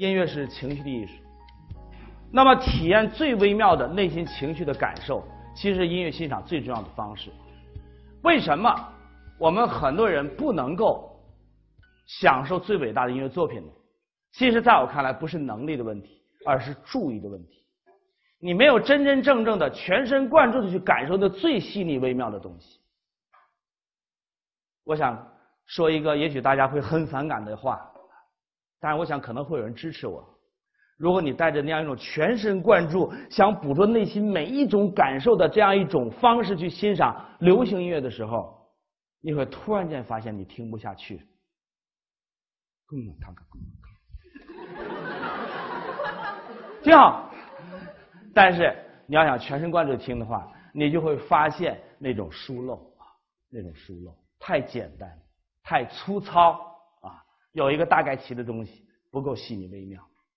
音乐是情绪的艺术。那么，体验最微妙的内心情绪的感受，其实是音乐欣赏最重要的方式。为什么我们很多人不能够享受最伟大的音乐作品呢？其实，在我看来，不是能力的问题，而是注意的问题。你没有真真正正的全神贯注的去感受的最细腻微妙的东西。我想说一个也许大家会很反感的话，但是我想可能会有人支持我。如果你带着那样一种全神贯注，想捕捉内心每一种感受的这样一种方式去欣赏流行音乐的时候，你会突然间发现你听不下去。挺好，但是你要想全神贯注听的话，你就会发现那种疏漏啊，那种疏漏太简单、太粗糙啊，有一个大概齐的东西，不够细腻微妙。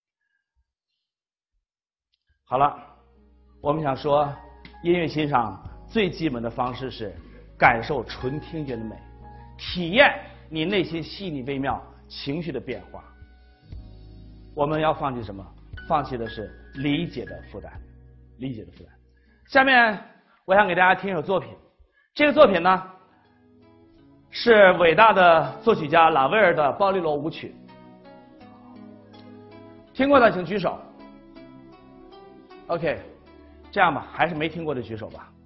好了，我们想说，音乐欣赏最基本的方式是感受纯听觉的美，体验你内心细腻微妙情绪的变化。我们要放弃什么？放弃的是理解的负担，理解的负担。下面我想给大家听一首作品，这个作品呢是伟大的作曲家拉威尔的《鲍利罗舞曲》，听过的请举手。OK， 这样吧，还是没听过的举手吧。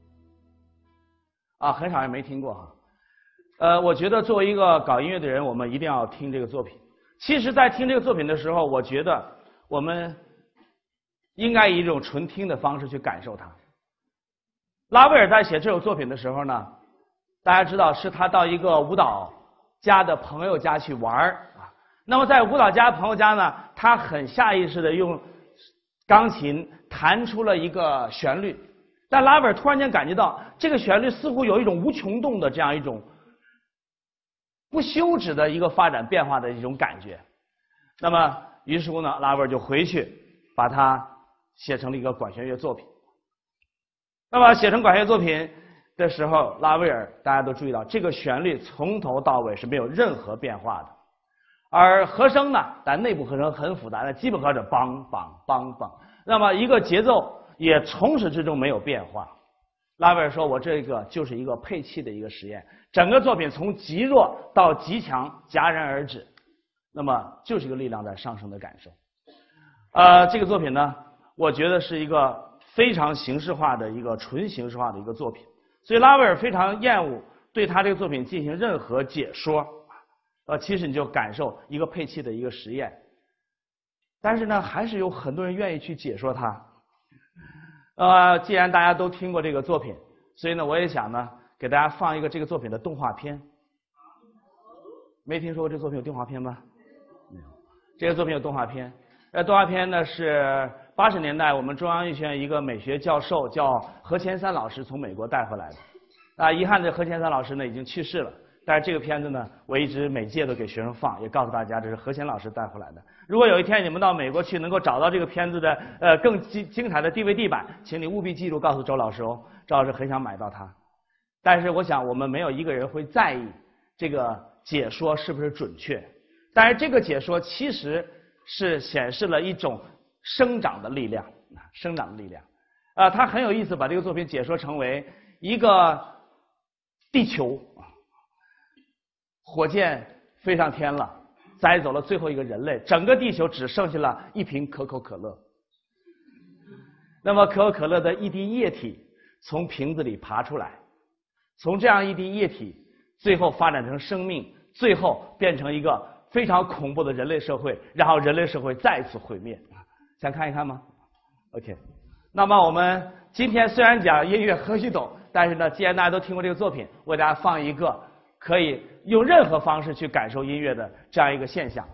啊，很少人没听过哈。我觉得作为一个搞音乐的人，我们一定要听这个作品。其实，在听这个作品的时候，我觉得我们应该以一种纯听的方式去感受它。拉威尔在写这首作品的时候呢，大家知道是他到一个舞蹈家的朋友家去玩啊。那么在舞蹈家朋友家呢，他很下意识的用钢琴弹出了一个旋律，但拉威尔突然间感觉到这个旋律似乎有一种无穷动的这样一种不休止的一个发展变化的一种感觉。那么于是乎呢，拉威尔就回去把它写成了一个管弦乐作品。那么写成管弦乐作品的时候，拉威尔大家都注意到，这个旋律从头到尾是没有任何变化的。而和声呢，但内部和声很复杂的，基本和是梆梆梆梆，那么一个节奏也从始至终没有变化。拉威尔说，我这个就是一个配器的一个实验，整个作品从极弱到极强戛然而止，那么就是一个力量在上升的感受。这个作品呢，我觉得是一个非常形式化的一个纯形式化的一个作品，所以拉威尔非常厌恶对他这个作品进行任何解说。其实你就感受一个配器的一个实验，但是呢，还是有很多人愿意去解说它。既然大家都听过这个作品，所以呢，我也想呢，给大家放一个这个作品的动画片。没听说过这个作品有动画片吗？没有。这个作品有动画片，动画片呢是80年代我们中央艺术院一个美学教授叫何乾三老师从美国带回来的。遗憾的何乾三老师呢已经去世了。但是这个片子呢，我一直每届都给学生放，也告诉大家这是何乾老师带回来的。如果有一天你们到美国去，能够找到这个片子的更精彩的 DVD 版，请你务必记住告诉周老师哦，周老师很想买到它。但是我想我们没有一个人会在意这个解说是不是准确，但是这个解说其实是显示了一种生长的力量，生长的力量。它很有意思，把这个作品解说成为一个地球。火箭飞上天了，载走了最后一个人类，整个地球只剩下了一瓶可口可乐。那么可口可乐的一滴液体从瓶子里爬出来，从这样一滴液体最后发展成生命，最后变成一个非常恐怖的人类社会，然后人类社会再次毁灭。想看一看吗 ？OK。那么我们今天虽然讲音乐何须懂，但是呢，既然大家都听过这个作品，我给大家放一个可以用任何方式去感受音乐的这样一个现象。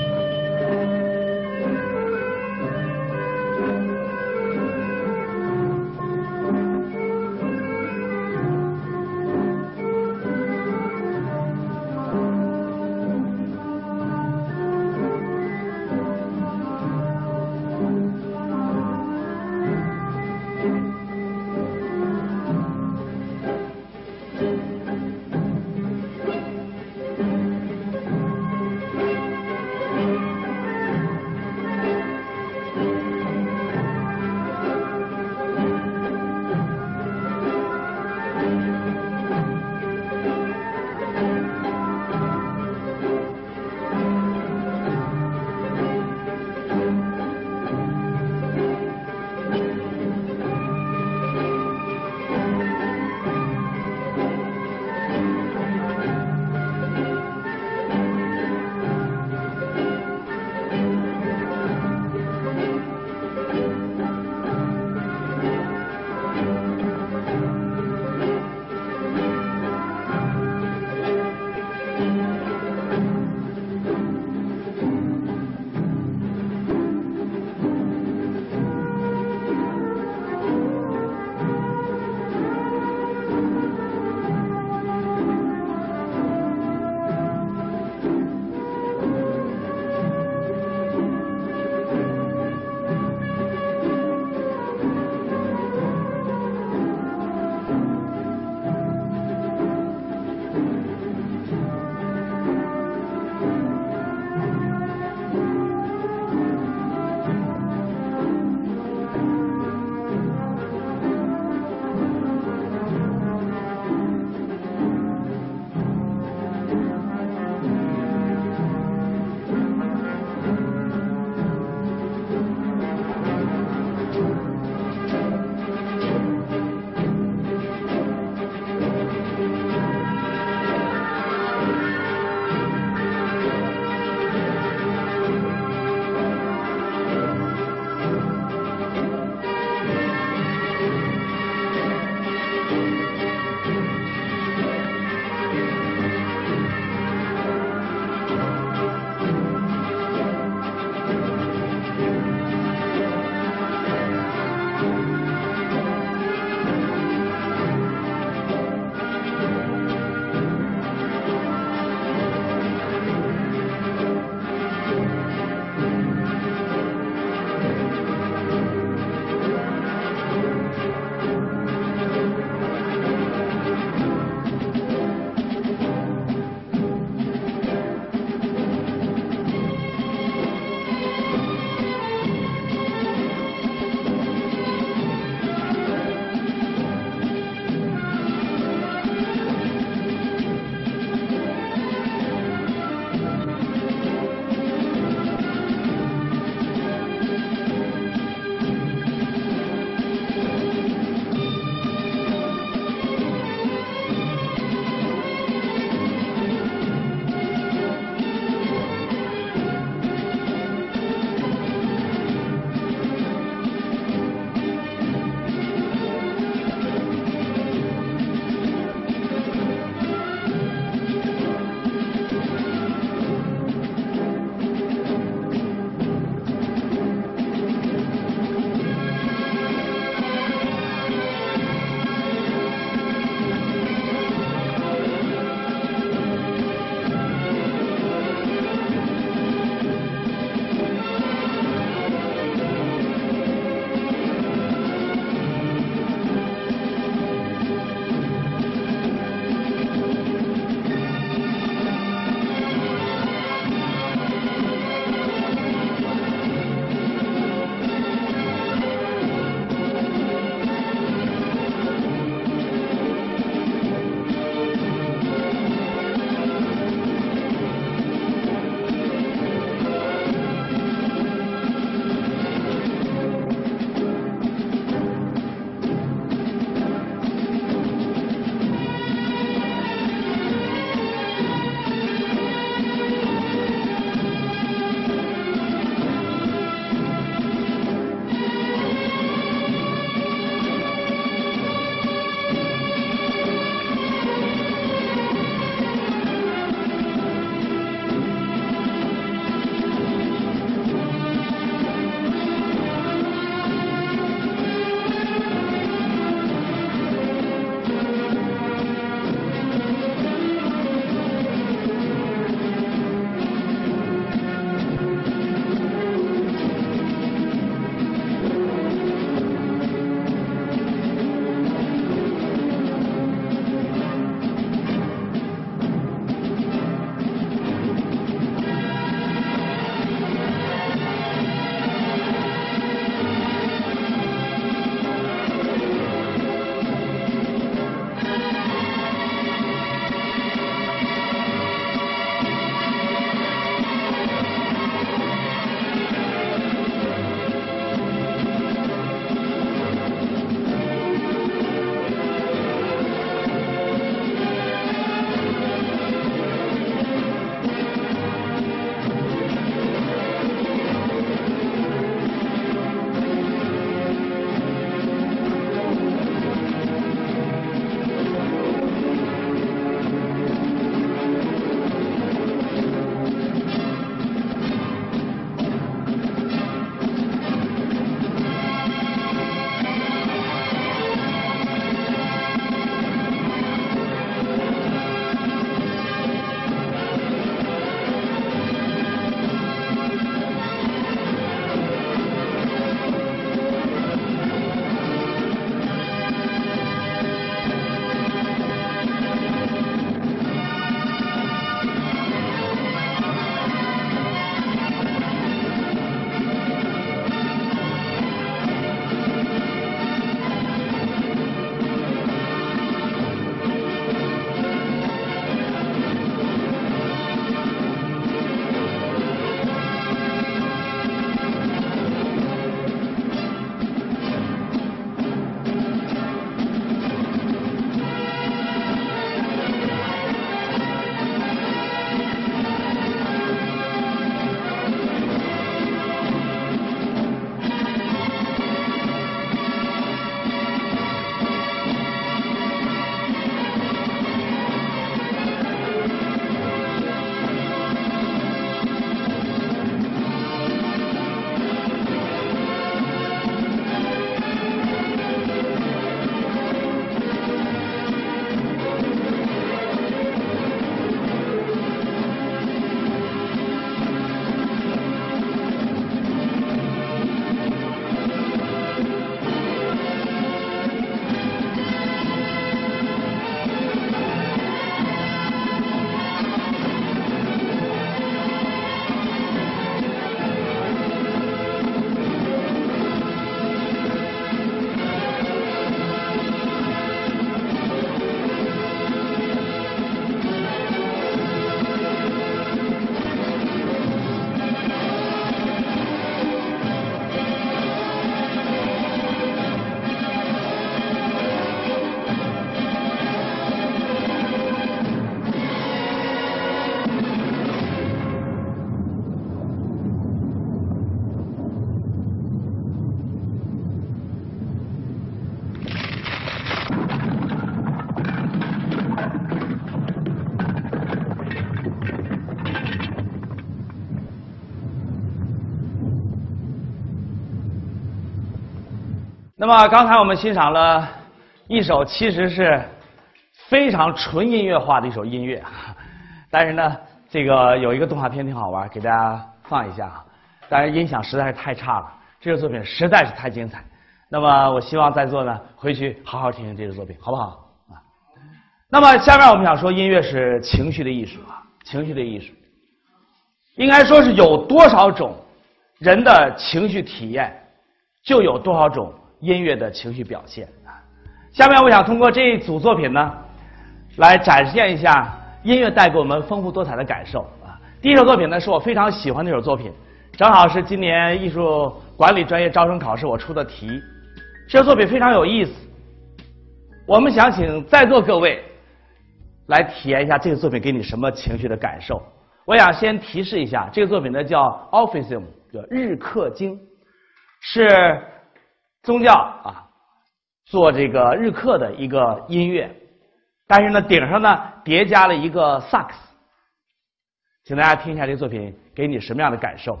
那么刚才我们欣赏了一首其实是非常纯音乐化的一首音乐，但是呢，这个有一个动画片挺好玩，给大家放一下。但是音响实在是太差了，这个作品实在是太精彩。那么我希望在座呢回去好好听听这个作品，好不好啊？那么下面我们想说，音乐是情绪的艺术啊，情绪的艺术，应该说是有多少种人的情绪体验，就有多少种音乐的情绪表现啊。下面我想通过这一组作品呢，来展现一下音乐带给我们丰富多彩的感受啊。第一首作品呢是我非常喜欢的一首作品，正好是今年艺术管理专业招生考试我出的题。这首作品非常有意思，我们想请在座各位来体验一下这个作品给你什么情绪的感受。我想先提示一下，这个作品呢叫 Orphism， 叫日课经，是宗教啊做这个日课的一个音乐，但是呢顶上呢叠加了一个萨克斯，请大家听一下这个作品给你什么样的感受。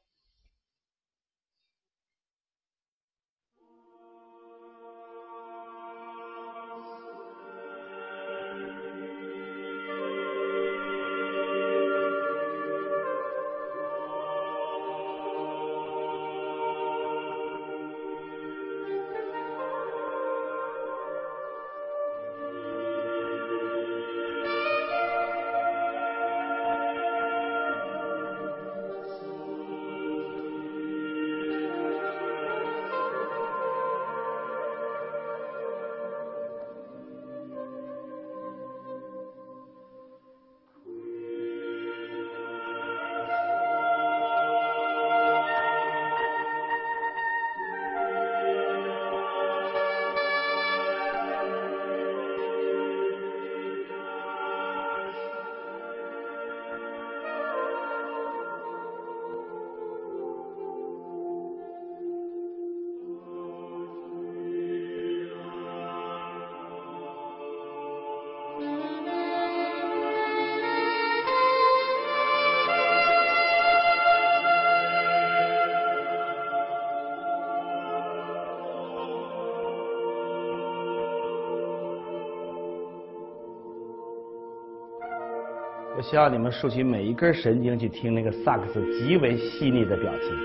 我希望你们竖起每一根神经去听那个萨克斯极为细腻的表情。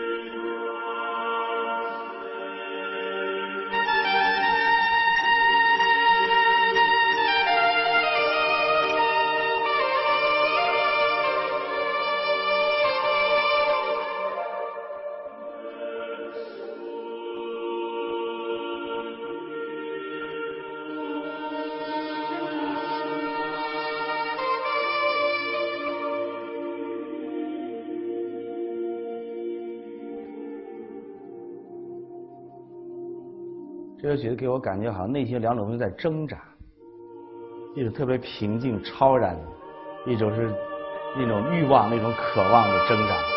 这首曲子给我感觉好像内心有两种东西在挣扎，一种特别平静超然，一种是那种欲望、那种渴望的挣扎。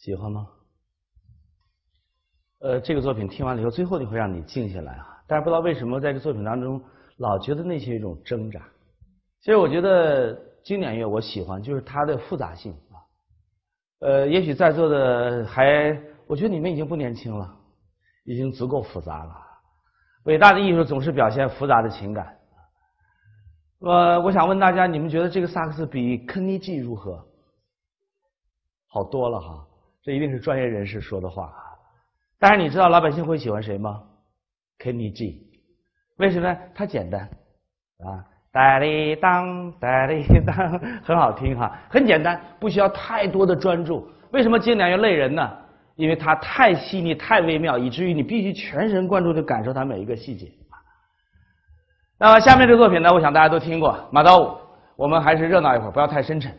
喜欢吗？这个作品听完了以后，最后就会让你静下来啊。但是不知道为什么在这作品当中，老觉得内心有一种挣扎。其实我觉得经典乐我喜欢，就是它的复杂性啊。也许在座的我觉得你们已经不年轻了，已经足够复杂了。伟大的艺术总是表现复杂的情感。我想问大家，你们觉得这个萨克斯比肯尼基如何？好多了哈，这一定是专业人士说的话。但是你知道老百姓会喜欢谁吗？肯尼基。为什么呢？它简单啊，哒哩当哒哩当，很好听哈，很简单，不需要太多的专注。为什么经典乐累人呢？因为它太细腻、太微妙，以至于你必须全神贯注地感受它每一个细节。那么下面这个作品呢，我想大家都听过《马刀舞》，我们还是热闹一会儿，不要太深沉。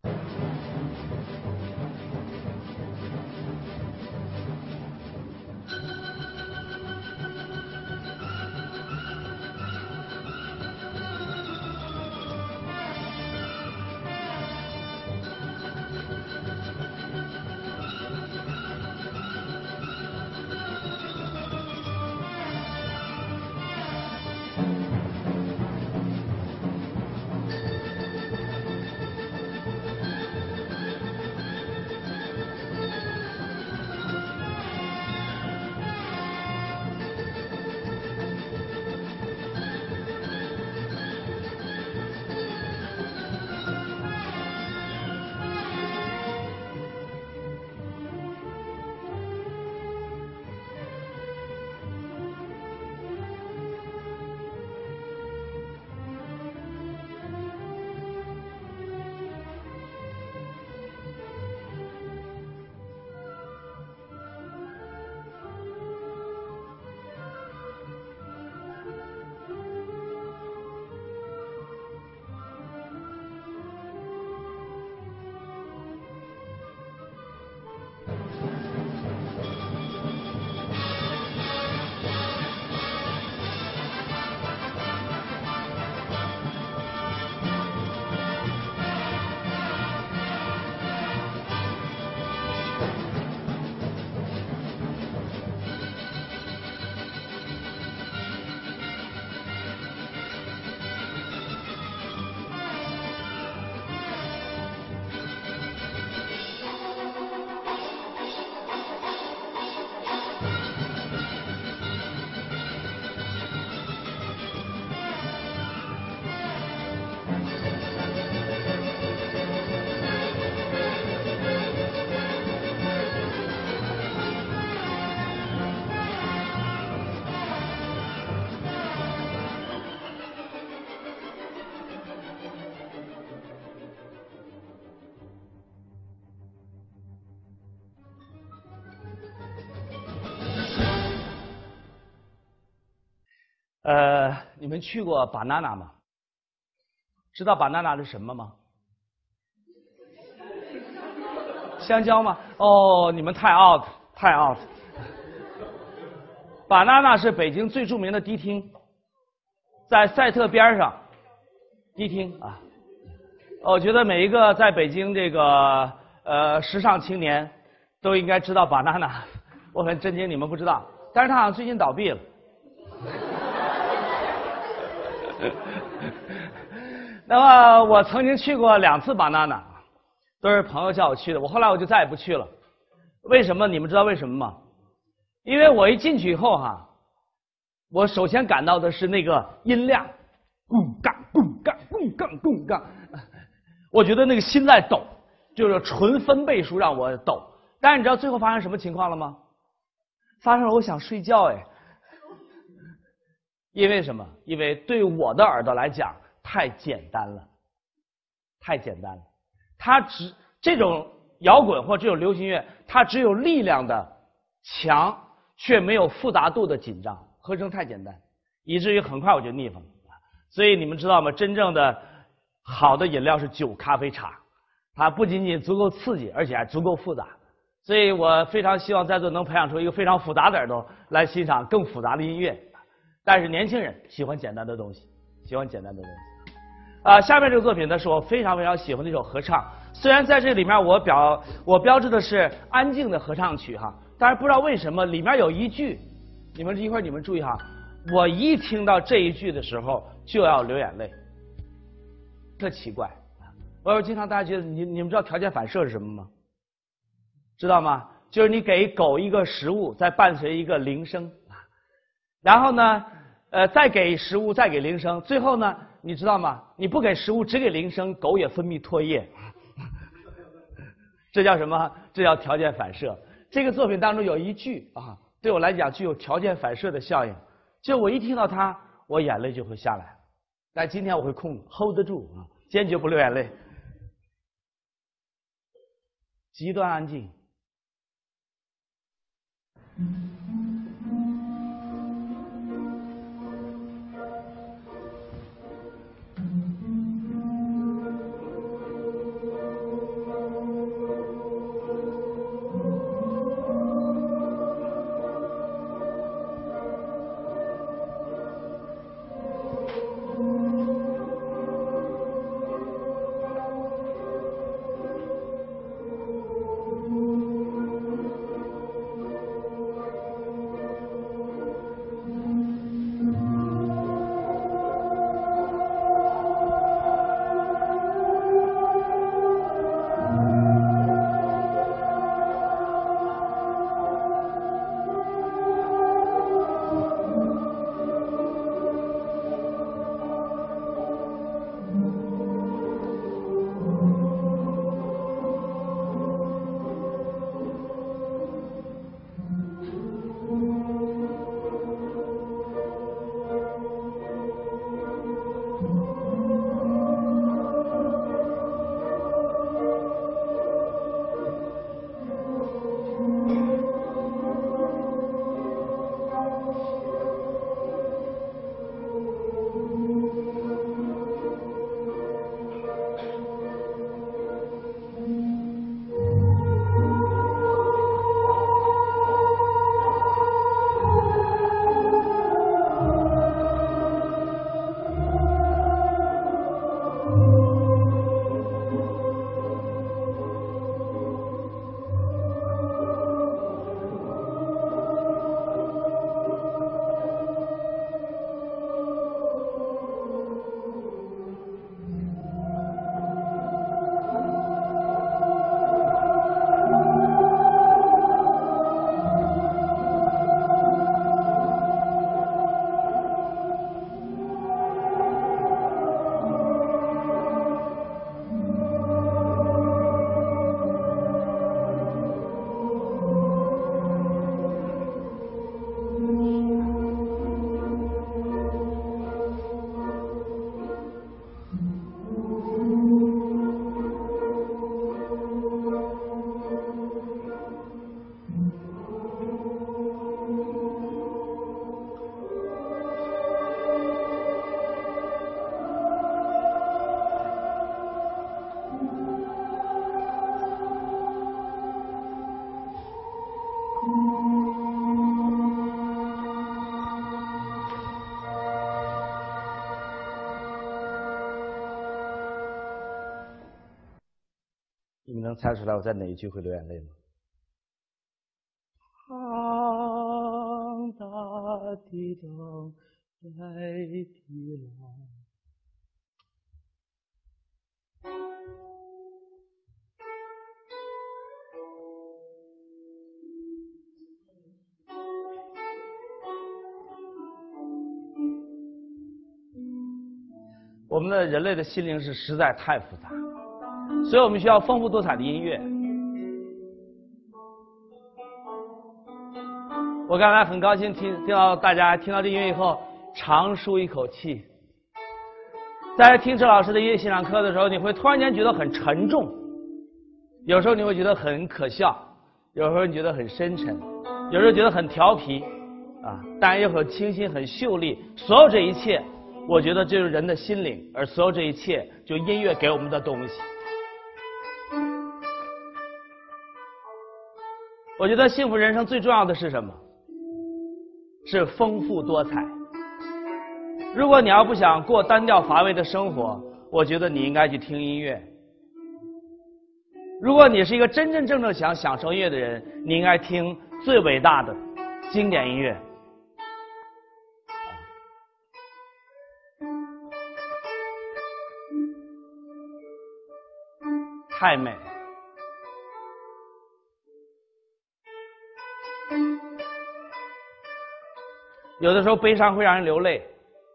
你们去过 banana 吗？知道 banana 是什么吗？香蕉吗？哦，你们太 out， 太 out。banana 是北京最著名的迪厅，在赛特边上，迪厅啊。我觉得每一个在北京这个时尚青年都应该知道 banana。我很震惊你们不知道，但是他好像最近倒闭了。那么我曾经去过2次 banana， 都是朋友叫我去的，后来我就再也不去了。为什么？你们知道为什么吗？因为我一进去以后我首先感到的是那个音量，咣杠咣杠咣杠咣杠，我觉得那个心在抖，就是纯分贝数让我抖。但是你知道最后发生什么情况了吗？发生了我想睡觉哎。因为什么？因为对我的耳朵来讲太简单了，太简单了。这种摇滚或这种流行乐，它只有力量的强，却没有复杂度的紧张，和声太简单，以至于很快我就腻烦了。所以你们知道吗？真正的好的饮料是酒、咖啡、茶，它不仅仅足够刺激，而且还足够复杂。所以我非常希望在座能培养出一个非常复杂的耳朵来欣赏更复杂的音乐。但是年轻人喜欢简单的东西，喜欢简单的东西。下面这个作品呢，是我非常非常喜欢的一首合唱， 虽然在这里面我标志的是安静的合唱曲哈，但是不知道为什么里面有一句，一会儿你们注意哈，我一听到这一句的时候就要流眼泪，特奇怪。我经常大家觉得你们知道条件反射是什么吗？知道吗？就是你给狗一个食物，再伴随一个铃声，然后呢，再给食物，再给铃声，最后呢，你知道吗？你不给食物，只给铃声，狗也分泌唾液。这叫什么？这叫条件反射。这个作品当中有一句啊，对我来讲具有条件反射的效应，就我一听到它，我眼泪就会下来。但今天我会hold 得住啊，坚决不流眼泪。极端安静。你们能猜出来我在哪一句会流眼泪吗？大地等待的浪。我们的人类的心灵是实在太复杂，所以我们需要丰富多彩的音乐。我刚才很高兴听到大家听到这音乐以后长舒一口气。在听陈老师的音乐欣赏课的时候，你会突然间觉得很沉重，有时候你会觉得很可笑，有时候你觉得很深沉，有时候觉得很调皮啊，当然也很清新很秀丽。所有这一切我觉得这是人的心灵，而所有这一切就音乐给我们的东西。我觉得幸福人生最重要的是什么？是丰富多彩。如果你要不想过单调乏味的生活，我觉得你应该去听音乐。 如果你是一个真真正正想享受音乐的人，你应该听最伟大的经典音乐。太美。有的时候悲伤会让人流泪。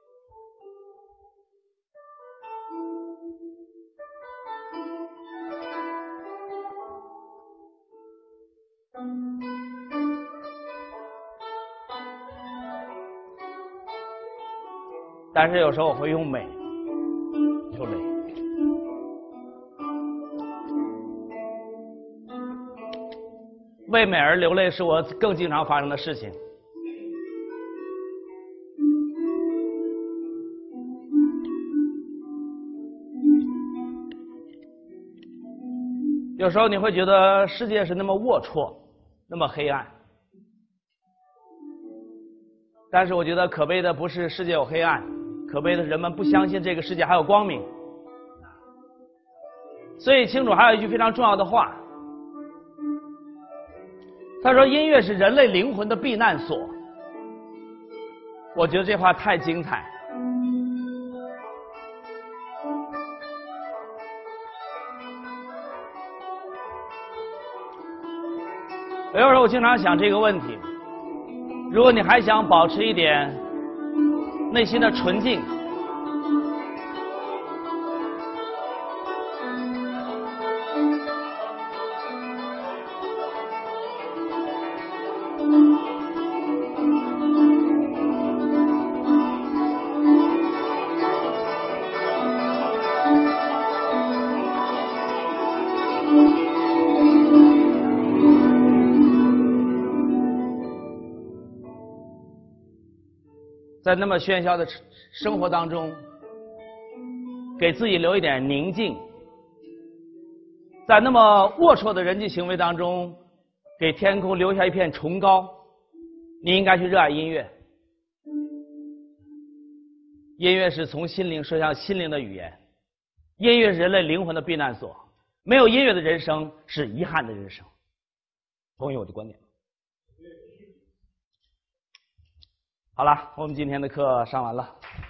但是有时候我会用美流泪。为美而流泪是我更经常发生的事情。有时候你会觉得世界是那么龌龊，那么黑暗。但是我觉得可悲的不是世界有黑暗，可悲的是人们不相信这个世界还有光明。所以清楚还有一句非常重要的话，他说音乐是人类灵魂的避难所。我觉得这话太精彩。有时候我经常想这个问题，如果你还想保持一点内心的纯净，在那么喧嚣的生活当中，给自己留一点宁静；在那么龌龊的人际行为当中，给天空留下一片崇高。你应该去热爱音乐，音乐是从心灵说向心灵的语言，音乐是人类灵魂的避难所。没有音乐的人生是遗憾的人生。同意我的观点。好了，我们今天的课上完了。